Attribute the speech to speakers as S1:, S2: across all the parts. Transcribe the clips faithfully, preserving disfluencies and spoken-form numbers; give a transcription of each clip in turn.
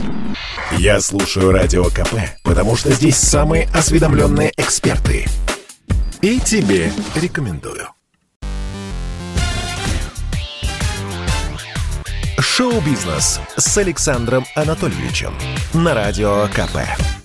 S1: Я слушаю Радио КП, потому что здесь самые осведомленные эксперты. И тебе рекомендую. Шоу-бизнес с Александром Анатольевичем на Радио КП.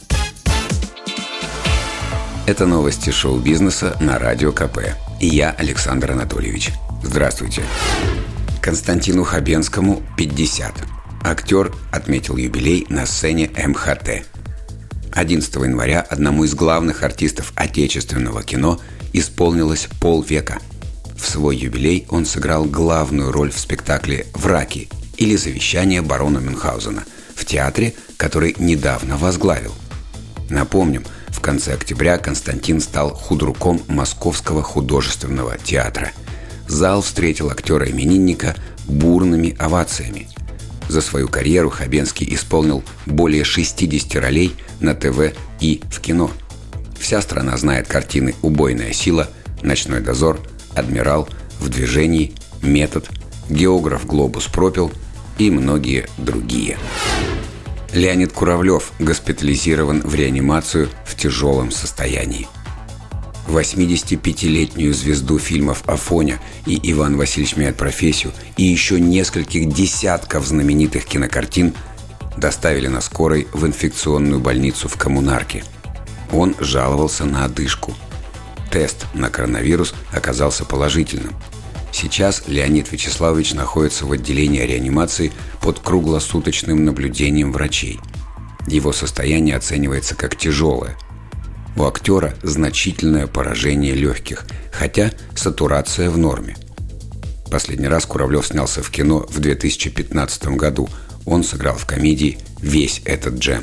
S2: Это новости шоу-бизнеса на Радио КП. И я, Александр Анатольевич. Здравствуйте. Константину Хабенскому пятьдесят. Актер отметил юбилей на сцене эм ха тэ. одиннадцатого января одному из главных артистов отечественного кино исполнилось полвека. В свой юбилей он сыграл главную роль в спектакле «Враки» или «Завещание барона Мюнхгаузена» в театре, который недавно возглавил. Напомним, в конце октября Константин стал худруком Московского художественного театра. Зал встретил актера-именинника бурными овациями. За свою карьеру Хабенский исполнил более шестьдесят ролей на ТВ и в кино. Вся страна знает картины «Убойная сила», «Ночной дозор», «Адмирал», «В движении», «Метод», «Географ Глобус пропил» и многие другие. Леонид Куравлев госпитализирован в реанимацию в тяжелом состоянии. восьмидесятипятилетнюю звезду фильмов «Афоня» и «Иван Васильевич меняет профессию» и еще нескольких десятков знаменитых кинокартин доставили на скорой в инфекционную больницу в Коммунарке. Он жаловался на одышку. Тест на коронавирус оказался положительным. Сейчас Леонид Вячеславович находится в отделении реанимации под круглосуточным наблюдением врачей. Его состояние оценивается как тяжелое. У актера значительное поражение легких, хотя сатурация в норме. Последний раз Куравлев снялся в кино в две тысячи пятнадцатом году. Он сыграл в комедии «Весь этот джем».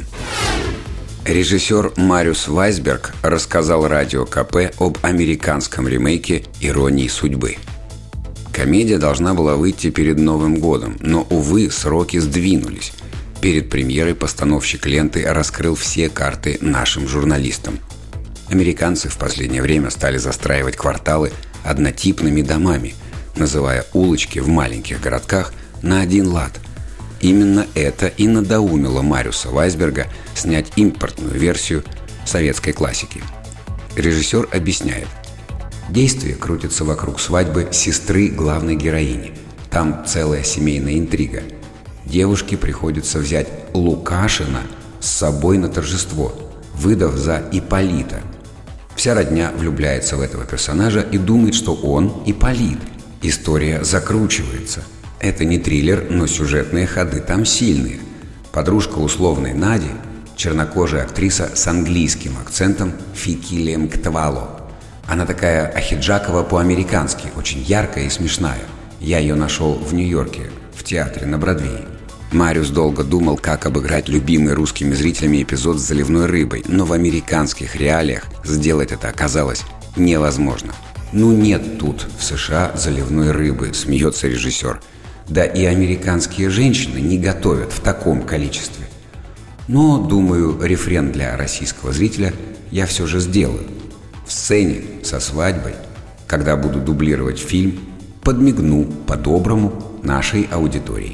S2: Режиссер Мариус Вайсберг рассказал Радио КП об американском ремейке «Иронии судьбы». Комедия должна была выйти перед Новым годом, но, увы, сроки сдвинулись. Перед премьерой постановщик ленты раскрыл все карты нашим журналистам. Американцы в последнее время стали застраивать кварталы однотипными домами, называя улочки в маленьких городках на один лад. Именно это и надоумило Мариуса Вайсберга снять импортную версию советской классики. Режиссер объясняет. Действие крутится вокруг свадьбы сестры главной героини. Там целая семейная интрига. Девушке приходится взять Лукашина с собой на торжество, выдав за Ипполита. Вся родня влюбляется в этого персонажа и думает, что он Ипполит. История закручивается. Это не триллер, но сюжетные ходы там сильные. Подружка условной Нади – чернокожая актриса с английским акцентом Фикиле Мктвало. Она такая Ахиджакова по-американски, очень яркая и смешная. Я ее нашел в Нью-Йорке, в театре на Бродвее. Мариус долго думал, как обыграть любимый русскими зрителями эпизод с заливной рыбой, но в американских реалиях сделать это оказалось невозможно. «Ну нет тут, в США, заливной рыбы», – смеется режиссер. Да и американские женщины не готовят в таком количестве. Но, думаю, рефрен для российского зрителя я все же сделаю. В сцене со свадьбой, когда буду дублировать фильм, подмигну по-доброму нашей аудитории.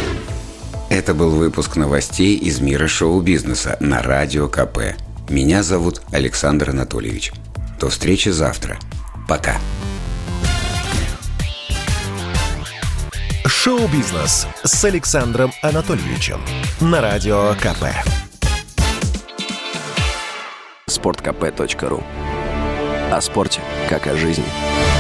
S2: Это был выпуск новостей из мира шоу-бизнеса на Радио КП. Меня зовут Александр Анатольевич. До встречи завтра. Пока.
S1: Шоу-бизнес с Александром Анатольевичем на Радио КП.
S3: спорт кэ пэ точка ру. О спорте, как о жизни.